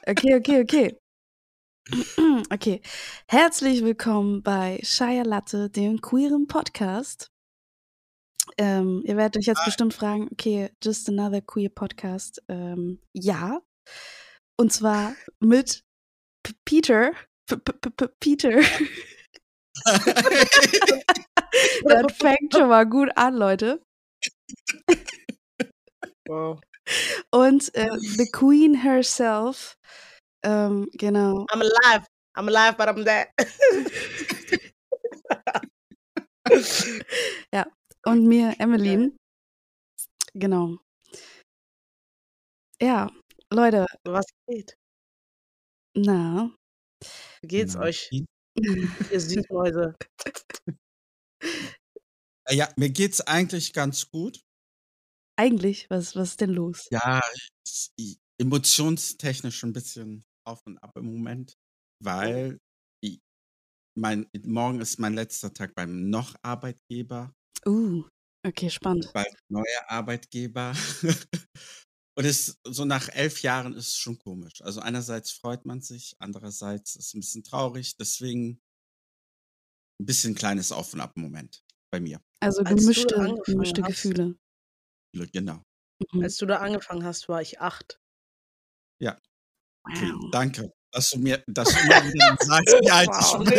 Okay. Okay. Herzlich willkommen bei Shia Latte, dem queeren Podcast. Ihr werdet euch jetzt bestimmt fragen, okay, just another queer Podcast. Ja. Und zwar mit Peter. Peter. Das fängt schon mal gut an, Leute. Wow. Und the Queen herself. Genau. I'm alive, but I'm dead. Ja. Und mir, Emmeline. Genau. Ja, Leute. Was geht? Na. Wie geht's euch? Ihr Süßmäuse. Ja, mir geht's eigentlich ganz gut. Eigentlich? Was ist denn los? Ja, emotionstechnisch ein bisschen auf und ab im Moment, weil morgen ist mein letzter Tag beim Arbeitgeber. Okay, spannend. Bald neuer Arbeitgeber. Und so nach 11 Jahren ist es schon komisch. Also einerseits freut man sich, andererseits ist es ein bisschen traurig. Deswegen ein bisschen kleines Auf und Ab im Moment bei mir. Also gemischte Gefühle. Genau. Als du da angefangen hast, war ich 8. Ja. Okay, Wow. danke, dass du mir wieder sagst, wie alt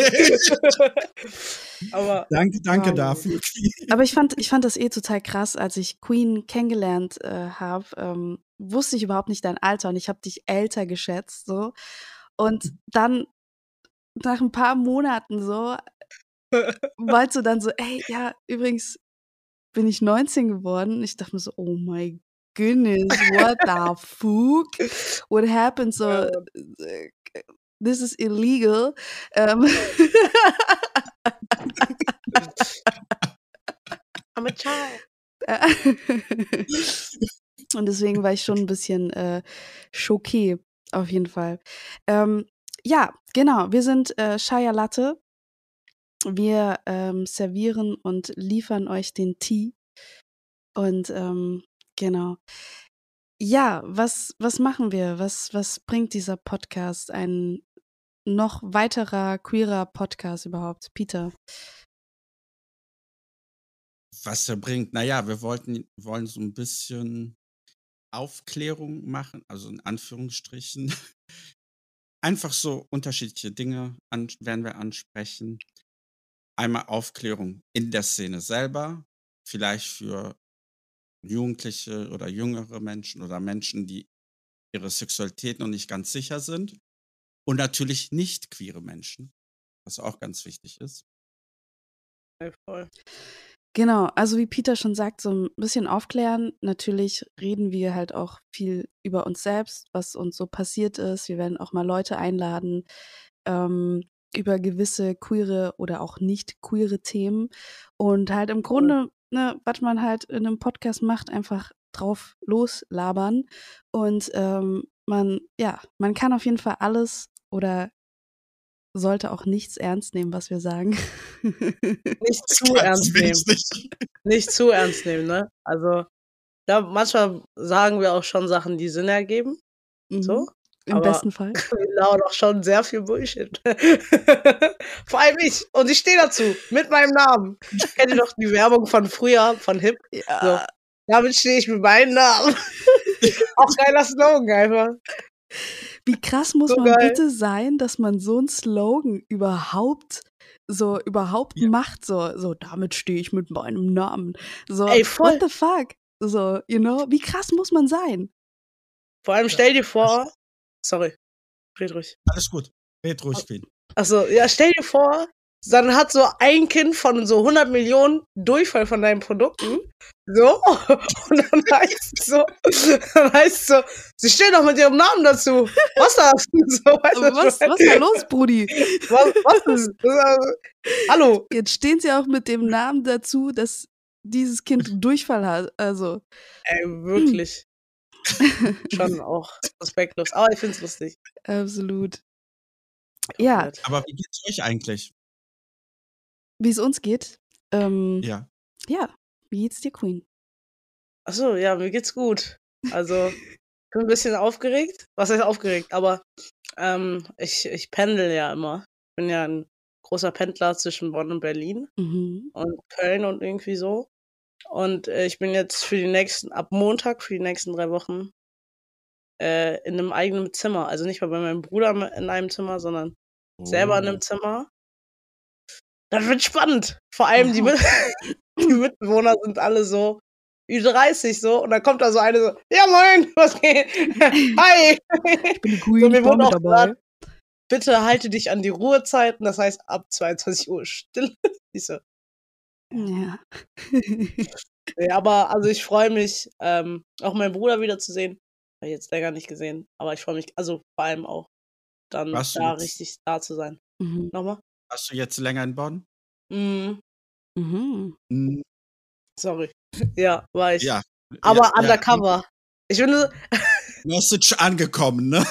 ich bin. Aber Danke dafür. Aber ich fand das total krass, als ich Queen kennengelernt habe, wusste ich überhaupt nicht dein Alter und ich habe dich älter geschätzt, so. Und dann nach ein paar Monaten so meinst du dann so, ey, ja, übrigens bin ich 19 geworden. Ich dachte mir so, oh my goodness, what the fuck? What happened? So, this is illegal. I'm a child. Und deswegen war ich schon ein bisschen schockiert, auf jeden Fall. Ja, genau, wir sind Shia Latte. Wir servieren und liefern euch den Tee. Und genau. Ja, was machen wir? Was bringt dieser Podcast? Ein noch weiterer queerer Podcast überhaupt? Peter? Was er bringt? Naja, wir wollen so ein bisschen Aufklärung machen, also in Anführungsstrichen. Einfach so unterschiedliche Dinge werden wir ansprechen. Einmal Aufklärung in der Szene selber, vielleicht für Jugendliche oder jüngere Menschen oder Menschen, die ihre Sexualität noch nicht ganz sicher sind. Und natürlich nicht queere Menschen, was auch ganz wichtig ist. Ja, voll. Genau, also wie Peter schon sagt, so ein bisschen aufklären. Natürlich reden wir halt auch viel über uns selbst, was uns so passiert ist. Wir werden auch mal Leute einladen, über gewisse queere oder auch nicht queere Themen. Und halt im Grunde, ne, was man halt in einem Podcast macht, einfach drauf loslabern. Und man kann auf jeden Fall alles oder sollte auch nichts ernst nehmen, was wir sagen. Nicht zu ernst nehmen. Nicht zu ernst nehmen, ne? Also, manchmal sagen wir auch schon Sachen, die Sinn ergeben. So. Im besten Fall. Wir labern auch schon sehr viel Bullshit. Vor allem ich. Und ich stehe dazu. Mit meinem Namen. Kennt ihr doch die Werbung von früher, von Hip? Ja. So. Damit stehe ich mit meinem Namen. Auch geiler Slogan einfach. Wie krass muss man bitte sein, dass man so einen Slogan überhaupt macht, so damit stehe ich mit meinem Namen. So, ey, voll. what the fuck? So, wie krass muss man sein? Vor allem stell dir vor, sorry, red ruhig. Alles gut, red ruhig, Finn. Achso, ja, stell dir vor, dann hat so ein Kind von so 100 Millionen Durchfall von deinen Produkten, so, und dann heißt so, sie stehen doch mit ihrem Namen dazu. Was das? So, was ist da los, Brudi? Was ist? Hallo. Jetzt stehen sie auch mit dem Namen dazu, dass dieses Kind Durchfall hat, also. Ey, wirklich. Schon auch respektlos, aber ich find's lustig. Absolut. Ja. Aber wie geht's euch eigentlich? Wie es uns geht? Ja. Ja, wie geht's dir, Queen? Achso, ja, mir geht's gut. Also, bin ein bisschen aufgeregt. Was heißt aufgeregt? Aber ich pendel ja immer. Ich bin ja ein großer Pendler zwischen Bonn und Berlin und Köln und irgendwie so. Und ich bin jetzt ab Montag für die nächsten 3 Wochen in einem eigenen Zimmer. Also nicht mehr bei meinem Bruder in einem Zimmer, sondern selber in einem Zimmer. Das wird spannend. Vor allem die Mitbewohner sind alle so Ü30 so und dann kommt da so eine so, ja moin, was geht? Hi! Ich bin die Queen, So, ich mir bin wurde mit auch dabei. gesagt, bitte halte dich an die Ruhezeiten, das heißt ab 22 Uhr Stille. Ich so, Ja. ja, aber also ich freue mich, auch meinen Bruder wiederzusehen. Habe ich jetzt länger nicht gesehen, aber ich freue mich, also vor allem auch dann Warst du da jetzt, richtig da zu sein. Nochmal? warst du jetzt länger in Bonn? Mhm. Mhm. Sorry. Ja, war ich. Ja. Aber Ja, undercover. Ich finde, Message angekommen, ne?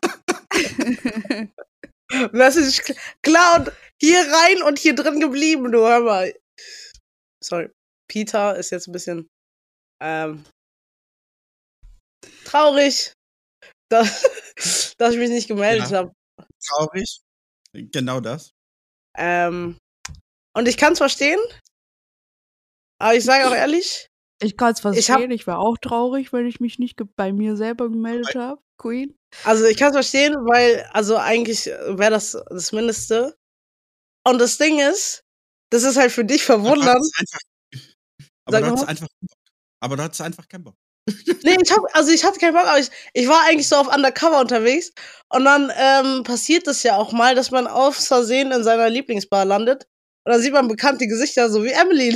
Message klar und hier rein und hier drin geblieben, du hör mal. Sorry. Peter ist jetzt ein bisschen traurig, dass ich mich nicht gemeldet Ja. habe. Traurig. Genau das. Und ich kann es verstehen, aber ich sage auch ehrlich, Ich kann es Ich hab- verstehen, ich war auch traurig, wenn ich mich nicht bei mir selber gemeldet habe, Queen. also ich kann es verstehen, weil, also eigentlich wäre das Mindeste. Und das Ding ist, das ist halt für dich verwundernd. Aber Sag du hattest mal. einfach keinen Bock. Aber du hattest einfach keinen Bock. Nee, ich hatte keinen Bock, aber ich war eigentlich so auf Undercover unterwegs und dann passiert es ja auch mal, dass man aus Versehen in seiner Lieblingsbar landet und dann sieht man bekannte Gesichter, so wie Emily.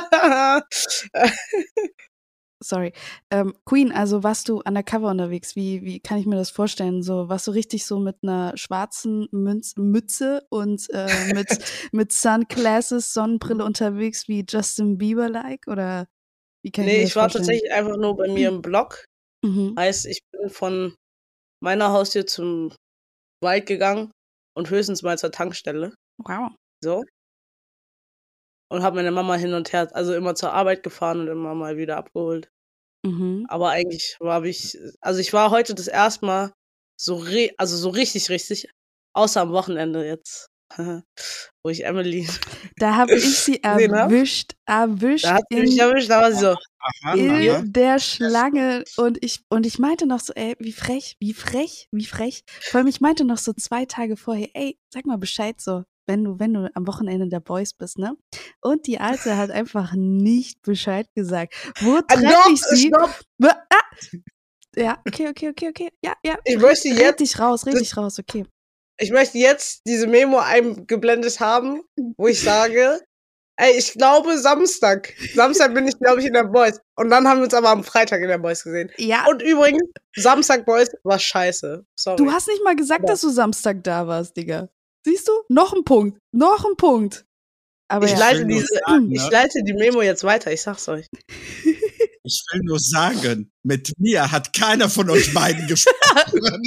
Sorry. Queen, also warst du undercover unterwegs? Wie kann ich mir das vorstellen? So, warst du richtig so mit einer schwarzen Mütze und mit Sunglasses, Sonnenbrille unterwegs wie Justin Bieber-like? Oder wie kann ich mir Nee, das ich war vorstellen? tatsächlich einfach nur bei mir im Block. Mhm. Heißt, ich bin von meiner Haustür zum Wald gegangen und höchstens mal zur Tankstelle. Wow. So. Und habe meine Mama hin und her, also immer zur Arbeit gefahren und immer mal wieder abgeholt. Mhm. Aber eigentlich ich war heute das erste Mal so richtig, außer am Wochenende jetzt, wo ich Emily Da habe ich sie gesehen habe. erwischt Da hat sie mich in erwischt, da war sie so, Aha, hier? aha. der Schlange und ich meinte noch so, ey, wie frech. Vor allem, ich meinte noch so 2 Tage vorher, ey, sag mal Bescheid so, wenn du am Wochenende der Boys bist, ne? Und die Alte hat einfach nicht Bescheid gesagt. Wo treffe Doch, ich sie? stopp! Ja, okay. Ja. Ich möchte Red jetzt, dich raus, okay. ich möchte jetzt diese Memo eingeblendet haben, wo ich sage, ey, ich glaube Samstag bin ich, glaube ich, in der Boys. Und dann haben wir uns aber am Freitag in der Boys gesehen. Ja, Und übrigens, Samstag Boys war scheiße. Sorry. du hast nicht mal gesagt, Aber- dass du Samstag da warst, Digga. Siehst du? Noch ein Punkt. Aber Ich ja. leite will nur sagen, ich ne? leite die Memo jetzt weiter, ich sag's euch. Ich will nur sagen, mit mir hat keiner von euch beiden gesprochen.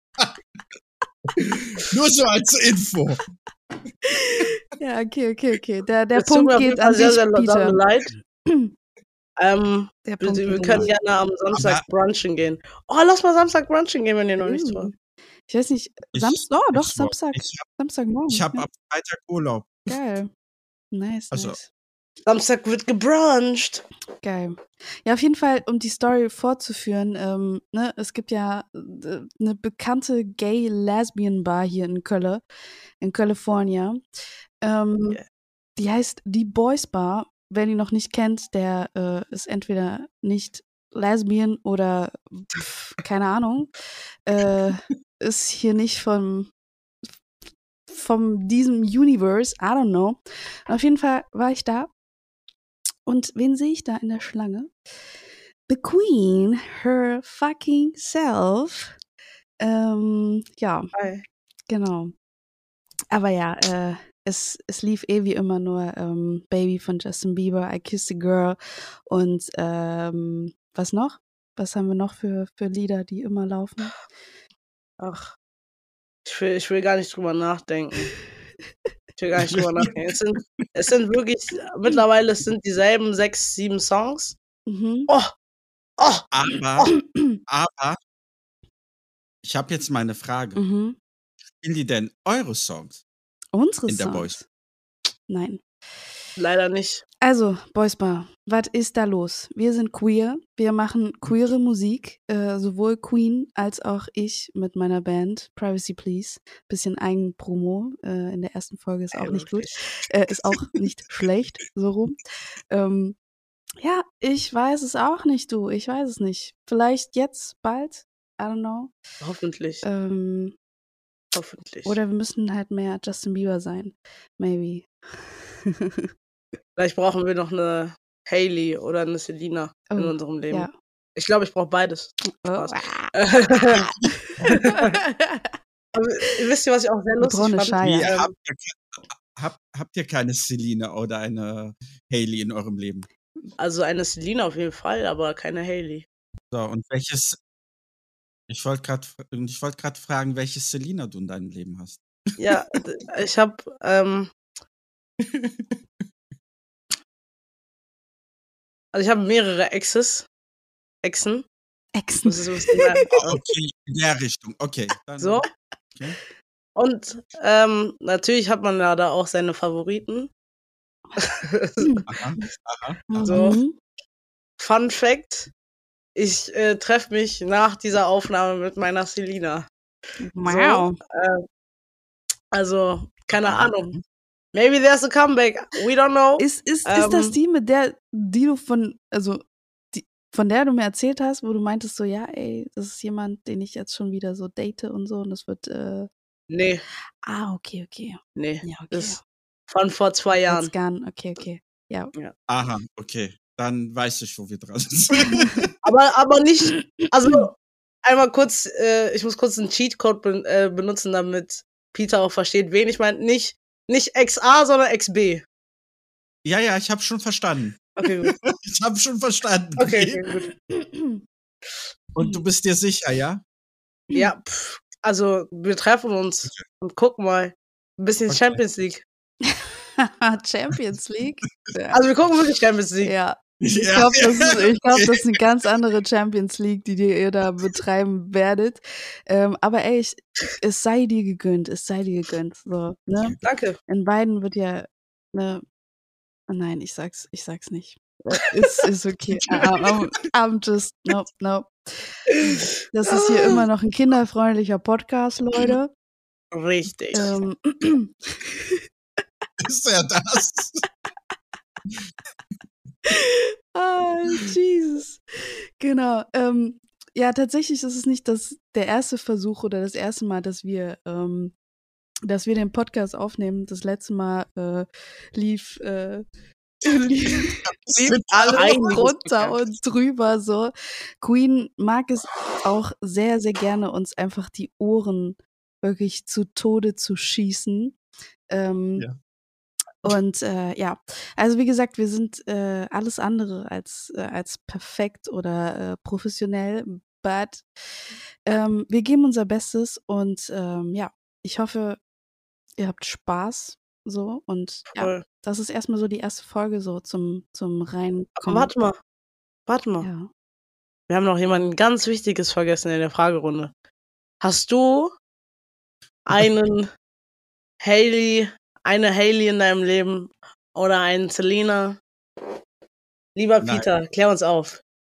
Nur so als Info. Ja, okay. Der Es tut Punkt mir auf geht jeden Fall an sehr, dich, sehr Peter. leid. Der Punkt Wir geht können an dich. gerne am Samstag brunchen gehen. Oh, lass mal Samstag brunchen gehen, wenn ihr noch nichts vor. Ich weiß nicht, Samstagmorgen. Ich habe ja. ab Freitag Urlaub. Geil. Nice. Samstag wird gebruncht. Geil. Ja, auf jeden Fall, um die Story fortzuführen, ne, es gibt ja eine bekannte Gay-Lesbian-Bar hier in California. Die heißt die Boys Bar. Wer die noch nicht kennt, der ist entweder nicht Lesbian oder keine Ahnung, ist hier nicht von diesem Universe, I don't know. Auf jeden Fall war ich da. Und wen sehe ich da in der Schlange? The Queen, her fucking self. Ja, Hi. genau. Aber ja, es lief wie immer nur Baby von Justin Bieber, I Kissed a Girl und was noch? Was haben wir noch für Lieder, die immer laufen? Ach, ich will gar nicht drüber nachdenken. Es sind wirklich, mittlerweile es sind dieselben 6, 7 Songs. Mhm. Oh! Aber Ich habe jetzt mal eine Frage. Mhm. Spielen die denn eure Songs Unsere in der Boys? Songs? Nein. Leider nicht. Also, Boys Bar, was ist da los? Wir sind queer, wir machen queere Musik, sowohl Queen als auch ich mit meiner Band Privacy Please. Bisschen Eigenpromo in der ersten Folge ist auch nicht gut, ist auch nicht schlecht, so rum. Ja, ich weiß es auch nicht, du, ich weiß es nicht. Vielleicht jetzt, bald, I don't know. Hoffentlich. Hoffentlich. Oder wir müssen halt mehr Justin Bieber sein, maybe. Vielleicht brauchen wir noch eine Hailey oder eine Selena in Oh, unserem Leben. ja. Ich glaube, ich brauche beides. Oh. Spaß. Aber wisst ihr, was ich auch sehr Eine lustig braune fand? Scheier. Habt ihr keine Selena oder eine Hailey in eurem Leben? Also eine Selena auf jeden Fall, aber keine Hailey. So, und welches. Ich wollte gerade fragen, welches Selena du in deinem Leben hast. Ja, ich habe also ich habe mehrere Exen. Exen. Das ist was gemein. Okay, in der Richtung. Okay. Dann, So. Okay. Und natürlich hat man ja da auch seine Favoriten. Aha. So. Mhm. Fun Fact: Ich treffe mich nach dieser Aufnahme mit meiner Selena. Wow. So, also, keine Ahnung. Maybe there's a comeback. We don't know. Ist das die, mit der, von der du mir erzählt hast, wo du meintest so, ja, ey, das ist jemand, den ich jetzt schon wieder so date und so und das wird, Nee. Okay. Nee. Ja, okay. Das ist von vor 2 Jahren. Jetzt gone. Okay. Ja. Aha, okay. Dann weiß ich, wo wir dran sind. aber nicht, also einmal kurz, ich muss kurz einen Cheatcode benutzen, damit Peter auch versteht, wen ich meine. Nicht XA, sondern XB. Ja, ich habe schon verstanden. Okay, gut. Ich habe schon verstanden. Okay, gut. Und du bist dir sicher, ja? Ja, also wir treffen uns und gucken mal ein bisschen Okay. Champions League. Champions League? Ja. Also wir gucken wirklich Champions League. Ja. Ich glaube, das ist eine ganz andere Champions League, die ihr da betreiben werdet. Aber ey, es sei dir gegönnt. So, ne? Danke. In beiden wird ja, ne, nein, ich sag's nicht. Ist okay. I'm just, nope. Das ist hier immer noch ein kinderfreundlicher Podcast, Leute. Richtig. Ist ja das. Jesus. Genau. Ja, tatsächlich ist es nicht der erste Versuch oder das erste Mal, dass wir den Podcast aufnehmen. Das letzte Mal lief alles runter und drüber so. Queen mag es auch sehr, sehr gerne, uns einfach die Ohren wirklich zu Tode zu schießen. Ja. Und ja, also wie gesagt, wir sind alles andere als perfekt oder professionell, but wir geben unser Bestes und ja, ich hoffe, ihr habt Spaß so und ja, das ist erstmal so die erste Folge so zum Reinkommen. Aber warte mal. Ja. Wir haben noch jemanden ganz Wichtiges vergessen in der Fragerunde. Hast du eine Hailey in deinem Leben oder einen Selena? Lieber Nein. Peter, klär uns auf.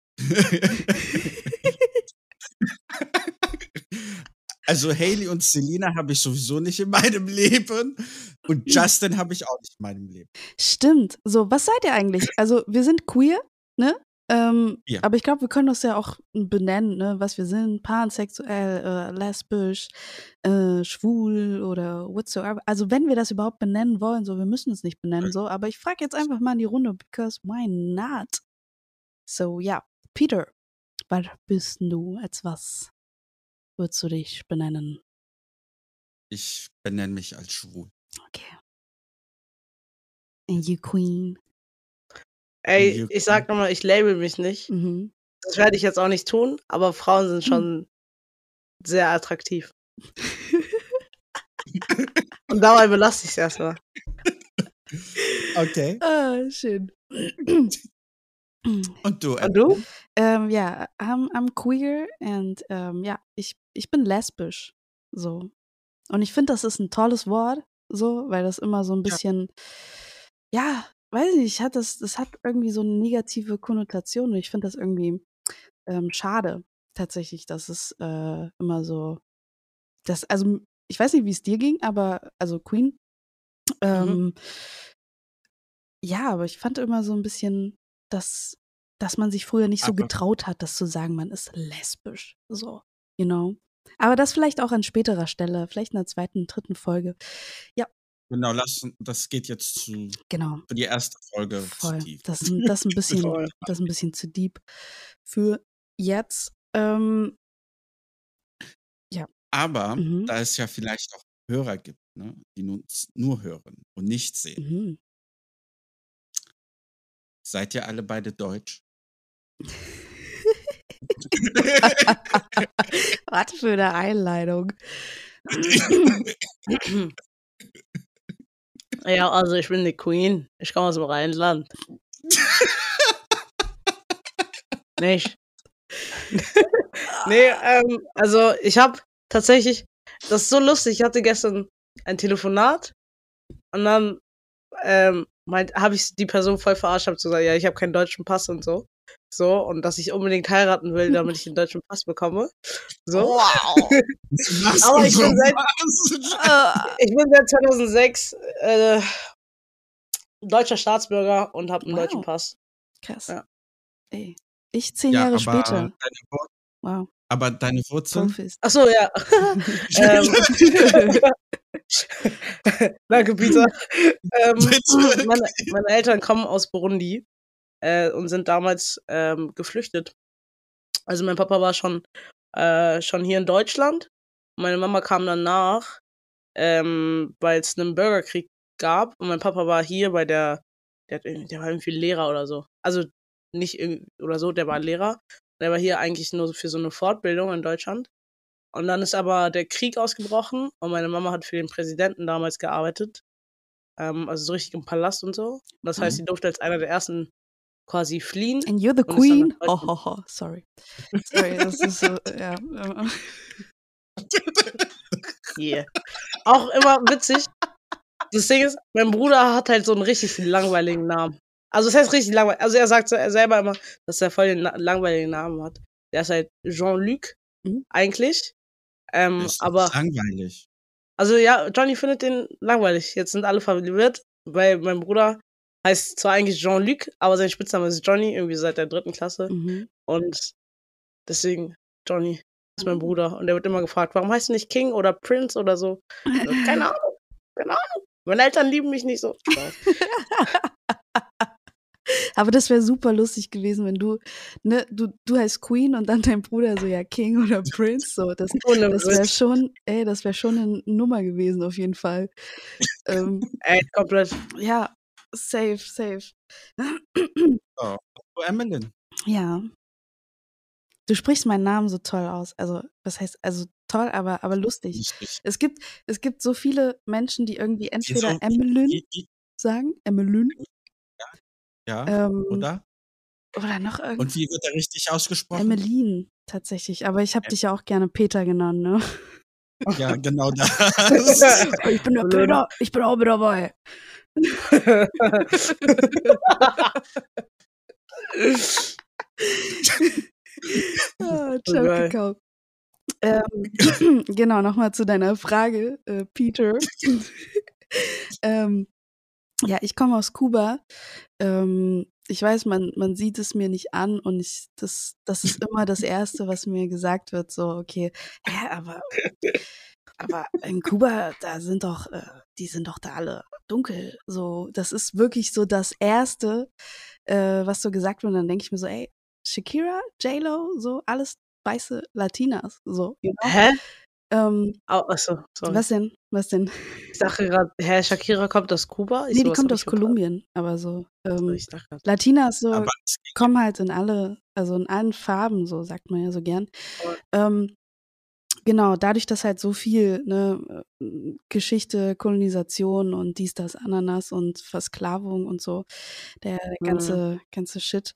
Also Hailey und Selena habe ich sowieso nicht in meinem Leben und Justin habe ich auch nicht in meinem Leben. Stimmt. So, was seid ihr eigentlich? Also wir sind queer, ne? Ja. Aber ich glaube, wir können das ja auch benennen, ne, was wir sind. Pansexuell, lesbisch, schwul oder whatsoever. Also wenn wir das überhaupt benennen wollen, so, wir müssen es nicht benennen, so. Aber ich frage jetzt einfach mal in die Runde, because why not? So, ja. Peter, was bist du? Als was würdest du dich benennen? Ich benenne mich als schwul. Okay. And you queen? Ey, ich sag nochmal, ich label mich nicht. Mhm. Das werde ich jetzt auch nicht tun, aber Frauen sind schon sehr attraktiv. Und dabei belasse ich es erstmal. Okay. Ah, schön. Und du, Und du? Ja, I'm queer and ja, ich bin lesbisch. So. Und ich finde, das ist ein tolles Wort, so, weil das immer so ein bisschen, ja, weiß ich nicht, das hat irgendwie so eine negative Konnotation. Und ich finde das irgendwie schade, tatsächlich, dass es immer so, also ich weiß nicht, wie es dir ging, aber, also Queen, Mhm. ähm, ja, aber ich fand immer so ein bisschen, dass man sich früher nicht so aber getraut hat, das zu sagen, man ist lesbisch, so, you know? Aber das vielleicht auch an späterer Stelle, vielleicht in der 2., 3. Folge. Ja, genau, das geht jetzt genau, für die erste Folge zu voll. tief. Das ein bisschen Voll. das ein bisschen zu deep für jetzt. Ja, Aber mhm, da es ja vielleicht auch Hörer gibt, ne, die uns nur hören und nicht sehen. mhm. Seid ihr alle beide deutsch? Warte für 'ne Einleitung. Ja, also ich bin die Queen. Ich komme aus dem Rheinland. Nicht? Nee, also ich habe tatsächlich, das ist so lustig, ich hatte gestern ein Telefonat und dann habe ich die Person voll verarscht, habe zu sagen, ja, ich habe keinen deutschen Pass und so. So, und dass ich unbedingt heiraten will, damit ich den deutschen Pass bekomme. So. Wow. Was Aber und ich so bin seit, was? ich bin seit 2006 deutscher Staatsbürger und habe einen deutschen Wow, Pass. krass. Ja. Ey, ich 10 Ja, Jahre später. Wow, aber deine Wurzeln? Profis. Ach so, ja. Danke, Peter. Bitte. Meine Eltern kommen aus Burundi und sind damals geflüchtet. Also mein Papa war schon hier in Deutschland. Meine Mama kam dann nach, weil es einen Bürgerkrieg gab. Und mein Papa war hier der war irgendwie Lehrer oder so. Also nicht irgendwie oder so, der war Lehrer. Der war hier eigentlich nur für so eine Fortbildung in Deutschland. Und dann ist aber der Krieg ausgebrochen und meine Mama hat für den Präsidenten damals gearbeitet. Also so richtig im Palast und so. Das heißt, Mhm. sie durfte als einer der ersten quasi fliehen And you're the und ist dann nach queen? Ho, Deutschland. ho, ho. Sorry. Sorry, das ist so, ja. Yeah. Auch immer witzig. Das Ding ist, mein Bruder hat halt so einen richtig langweiligen Namen. Also, das heißt richtig langweilig. Also, er sagt selber immer, dass er voll den langweiligen Namen hat. Der ist halt Jean-Luc Mhm. eigentlich. Das ist doch Aber, langweilig. also ja, Johnny findet den langweilig. Jetzt sind alle verwirrt, weil mein Bruder heißt zwar eigentlich Jean-Luc, aber sein Spitzname ist Johnny, irgendwie seit der 3. Klasse. Mhm. Und deswegen, Johnny ist mein Bruder. Und der wird immer gefragt, warum heißt du nicht King oder Prince oder so? So, keine Ahnung, keine Ahnung. Meine Eltern lieben mich nicht so. Spaß. Aber das wäre super lustig gewesen, wenn du heißt Queen und dann dein Bruder so, ja, King oder Prince, so. Ohne Das wäre Witz. schon, das wäre schon eine Nummer gewesen, auf jeden Fall. Ey, komplett. Ja, safe. Oh, Emmeline. Ja. Du sprichst meinen Namen so toll aus. Also, was heißt, also toll, aber lustig. Lustig. Es gibt so viele Menschen, die irgendwie entweder Wieso? Emmeline sagen, Emmeline, Ja, oder? oder noch Und irgendwie wie wird er richtig ausgesprochen? Emmeline tatsächlich. Aber ich habe dich ja auch gerne Peter genannt, ne? Ja, genau das. Ich bin der Peter, ich bin auch mit dabei. Ciao, geil. Kakao. Genau, nochmal zu deiner Frage, Peter. Ja, ich komme aus Kuba. Ich weiß, man sieht es mir nicht an und das ist immer das Erste, was mir gesagt wird, so, okay, aber in Kuba, da sind doch, die sind doch da alle dunkel. So, das ist wirklich so das Erste, was so gesagt wird. Und dann denke ich mir so, ey, Shakira, J-Lo, so alles weiße Latinas, so, you know? Hä? Ähm, Achso, sorry. Was denn? Ich dachte gerade, Shakira kommt aus Kuba? Nee, die kommt aus Kolumbien, aber so, Ich dachte grad. Latinas so Aber es geht kommen halt in allen Farben, so sagt man ja so gern. Voll. genau, dadurch, dass halt so viel, ne, Geschichte, Kolonisation und dies, das, Ananas und Versklavung und so, der ganze Shit.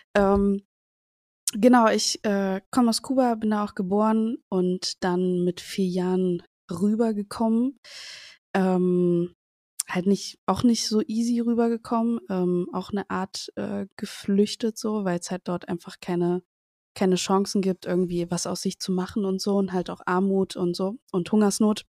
Genau, ich komme aus Kuba, bin da auch geboren und dann mit 4 Jahren rübergekommen. Halt auch nicht so easy rübergekommen, auch eine Art geflüchtet so, weil es halt dort einfach keine Chancen gibt, irgendwie was aus sich zu machen und so und halt auch Armut und so und Hungersnot.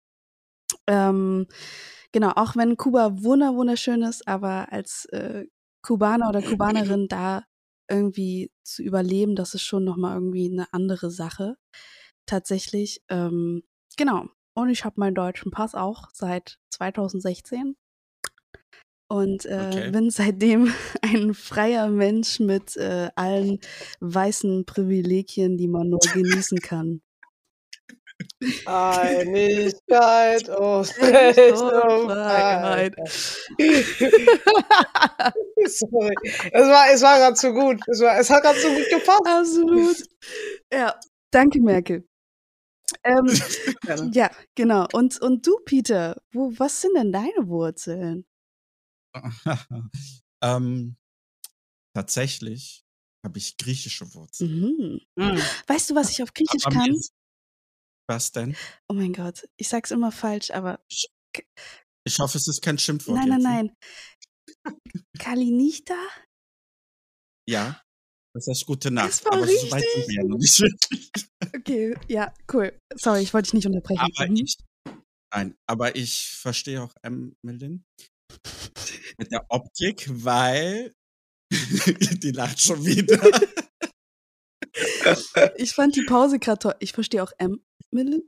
Genau, auch wenn Kuba wunderschön ist, aber als Kubaner oder Kubanerin da irgendwie zu überleben, das ist schon nochmal irgendwie eine andere Sache. Tatsächlich. Genau. Und ich habe meinen deutschen Pass auch seit 2016 und Okay. bin seitdem ein freier Mensch mit allen weißen Privilegien, die man nur genießen kann. Einigkeit, oh, Recht Recht und und Freiheit. Sorry. Es war gerade zu gut. Es hat gerade so gut gepasst. Absolut. Ja, danke, Merkel. Gerne. Ja, genau. Und du, Peter, was sind denn deine Wurzeln? ähm, tatsächlich habe ich griechische Wurzeln. Mm. Weißt du, was ich auf Griechisch Aber mir kann? ist, was denn? Oh mein Gott, ich sag's immer falsch, aber Ich, ich hoffe, es ist kein Schimpfwort nein. jetzt. Kalinichta? Ja, das ist gute Nacht. Es war Aber so weit sind richtig. wir ja noch nicht wirklich. Okay, ja, cool. Sorry, ich wollte dich nicht unterbrechen. Aber ich verstehe auch Emmeline mit der Optik, weil die lacht schon wieder. Ich fand die Pause gerade toll. Ich verstehe auch Emily.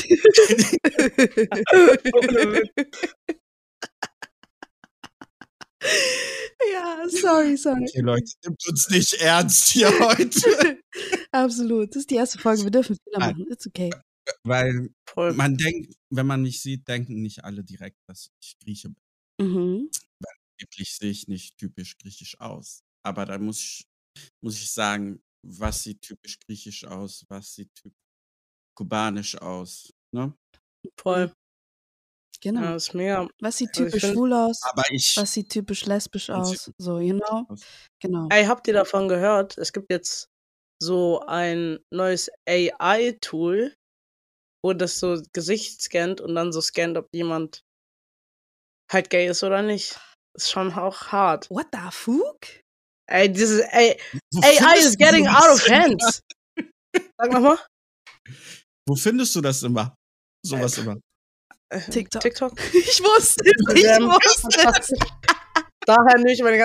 Ja, sorry. Okay, Leute, nimmt uns nicht ernst hier heute. Absolut. Das ist die erste Folge. Wir dürfen Fehler Nein. machen. It's okay. Weil Voll. man denkt, wenn man mich sieht, denken nicht alle direkt, dass ich Grieche bin. Mhm. Weil angeblich sehe ich nicht typisch griechisch aus. Aber da muss ich sagen, was sieht typisch griechisch aus, was sieht typisch kubanisch aus. Ne? Voll. Genau. Ja, das ist mega. Was sieht Also ich typisch find- schwul aus? Aber ich. Was sieht typisch lesbisch aus? So, you know? Genau. Ey, habt ihr davon gehört? Es gibt jetzt so ein neues AI-Tool, wo das so Gesicht scannt und dann so scannt, ob jemand halt gay ist oder nicht. Ist schon auch hart. What the fuck? Ey, Wo AI findest is du getting sowas out of immer? hands. Sag nochmal. Wo findest du das immer? Sowas immer. TikTok. TikTok. Ich wusste es. Daher nehme ich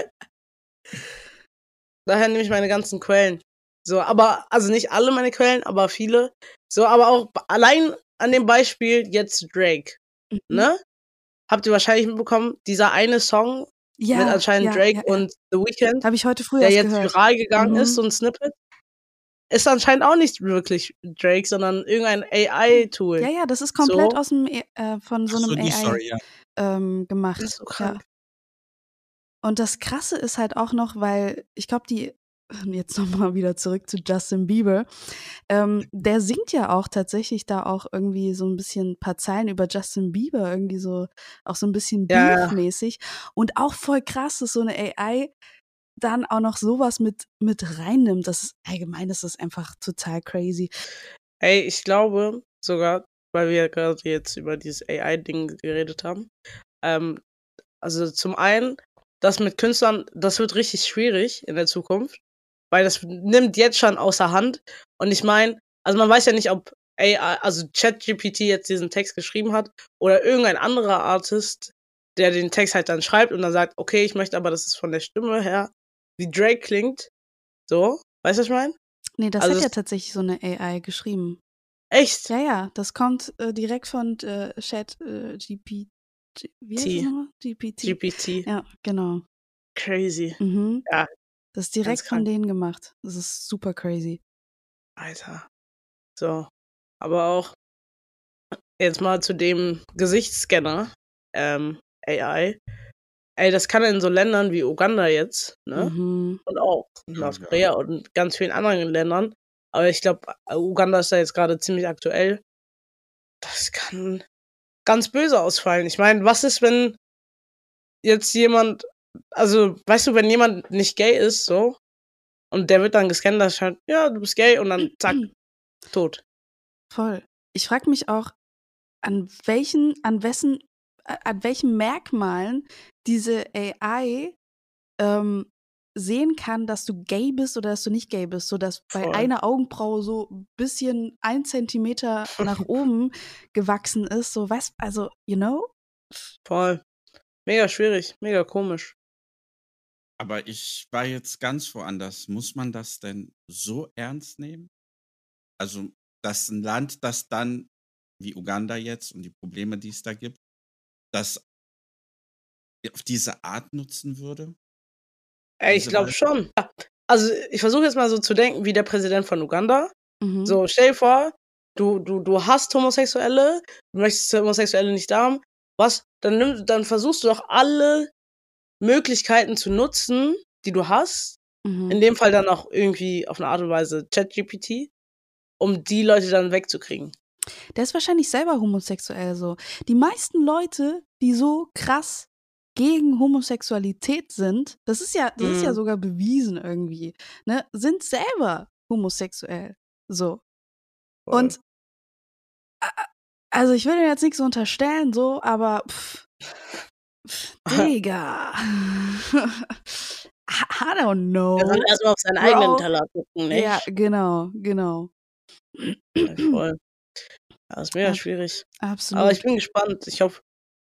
meine ganzen Quellen. So, aber, also nicht alle meine Quellen, aber viele. So, aber auch allein an dem Beispiel jetzt Drake. Ne? Habt ihr wahrscheinlich mitbekommen, dieser eine Song mit anscheinend Drake und The Weeknd, Habe ich heute früh der erst jetzt gehört. viral gegangen ist, so ein Snippet, ist anscheinend auch nicht wirklich Drake, sondern irgendein AI-Tool. Ja, das ist komplett So. aus dem von so einem die AI Story, ja. gemacht. Das ist so krank. Ja. Und das Krasse ist halt auch noch, weil ich glaube, jetzt nochmal wieder zurück zu Justin Bieber, der singt ja auch tatsächlich da auch irgendwie so ein bisschen ein paar Zeilen über Justin Bieber, irgendwie so auch so ein bisschen Ja. Beef-mäßig. Und auch voll krass, dass so eine AI dann auch noch sowas mit reinnimmt. Allgemein ist das einfach total crazy. Ey, ich glaube sogar, weil wir gerade jetzt über dieses AI-Ding geredet haben, also zum einen, das mit Künstlern, das wird richtig schwierig in der Zukunft, weil das nimmt jetzt schon außer Hand. Und ich meine, also man weiß ja nicht, ob AI, also ChatGPT jetzt diesen Text geschrieben hat oder irgendein anderer Artist, der den Text halt dann schreibt und dann sagt, okay, ich möchte aber, dass es von der Stimme her wie Drake klingt. So, weißt du, was ich meine? Nee, das Also hat ja es- tatsächlich so eine AI geschrieben. Echt? Ja, das kommt direkt von Chat GPT. Wie heißt das nochmal? GPT. GPT. Ja, genau. Crazy. Mhm. Ja, Das ist direkt von krank. denen gemacht. Das ist super crazy. Alter. So. Aber auch jetzt mal zu dem Gesichtsscanner, AI. Ey, das kann in so Ländern wie Uganda jetzt, ne? Mhm. Und auch Nordkorea und ganz vielen anderen Ländern, Aber ich glaube, Uganda ist da jetzt gerade ziemlich aktuell. Das kann ganz böse ausfallen. Ich meine, was ist, wenn jetzt jemand, also, weißt du, wenn jemand nicht gay ist, so, und der wird dann gescannt, da scheint, ja, du bist gay, und dann zack, tot. Voll. Ich frage mich auch, an welchen Merkmalen diese AI sehen kann, dass du gay bist oder dass du nicht gay bist, sodass bei Voll. einer Augenbraue so ein bisschen 1 Zentimeter nach oben gewachsen ist. So, weißt also, you know? Voll. Mega schwierig, mega komisch. Aber ich war jetzt ganz woanders. Muss man das denn so ernst nehmen? Also, dass ein Land, das dann, wie Uganda jetzt und die Probleme, die es da gibt, das auf diese Art nutzen würde? Ey, ich Diese glaube Weise? schon. Ja. Also, ich versuche jetzt mal so zu denken wie der Präsident von Uganda. Mhm. So, stell dir vor, du hasst Homosexuelle, du möchtest Homosexuelle nicht haben. Was? Dann versuchst du doch alle Möglichkeiten zu nutzen, die du hast. In Mhm. dem Fall dann auch irgendwie auf eine Art und Weise ChatGPT, um die Leute dann wegzukriegen. Der ist wahrscheinlich selber homosexuell so. Die meisten Leute, die so krass gegen Homosexualität sind, das ist ja Mhm. sogar bewiesen irgendwie, ne, sind selber homosexuell. So. Voll. Und also ich will dir jetzt nichts unterstellen, so, aber Digga. I don't Er soll know. erst mal auf seinen eigenen Bro. Teller gucken, Ja, nicht? genau. Ja, voll. Ja, ist mega Ab schwierig. Aber ich absolut. bin gespannt. Ich hoffe,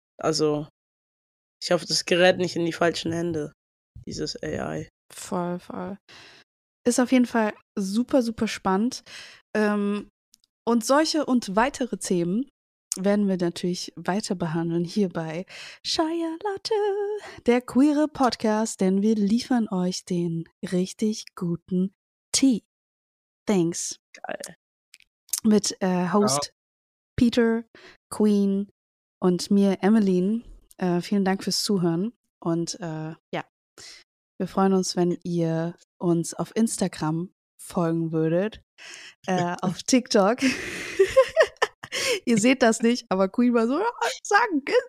das gerät nicht in die falschen Hände, dieses AI. Voll. Ist auf jeden Fall super, super spannend. Und solche und weitere Themen werden wir natürlich weiter behandeln hier bei Shia Latte, der queere Podcast, denn wir liefern euch den richtig guten Tee. Thanks. Geil. Mit Host Peter, Queen und mir, Emmeline. Vielen Dank fürs Zuhören. Und ja, wir freuen uns, wenn ihr uns auf Instagram folgen würdet. Auf TikTok. Ihr seht das nicht, aber Queen war so, sag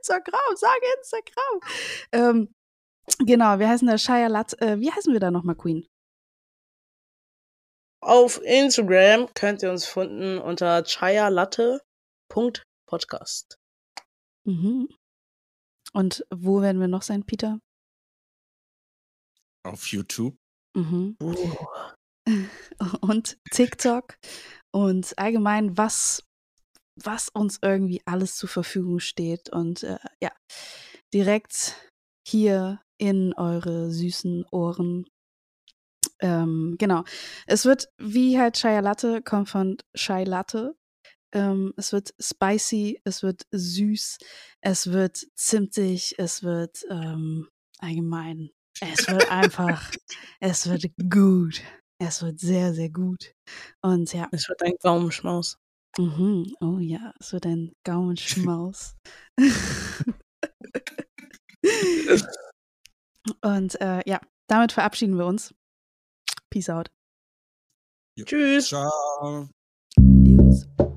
Instagram. Genau, wir heißen da Shia Latte. Wie heißen wir da nochmal, Queen? Auf Instagram könnt ihr uns finden unter chayalatte.podcast. Mhm. Und wo werden wir noch sein, Peter? Auf YouTube? Mhm. Und TikTok und allgemein, was uns irgendwie alles zur Verfügung steht. Und ja, direkt hier in eure süßen Ohren. Genau. Es wird, wie halt Shia Latte, kommt von Shia Latte. Es wird spicy, es wird süß, es wird zimtig, es wird allgemein. Es wird einfach, es wird gut. Es wird sehr, sehr gut. Und ja. Es wird ein Gaumenschmaus. Mhm. Oh ja, es wird ein Gaumenschmaus. Und ja, damit verabschieden wir uns. Peace out. Jo. Tschüss. Ciao. Adios.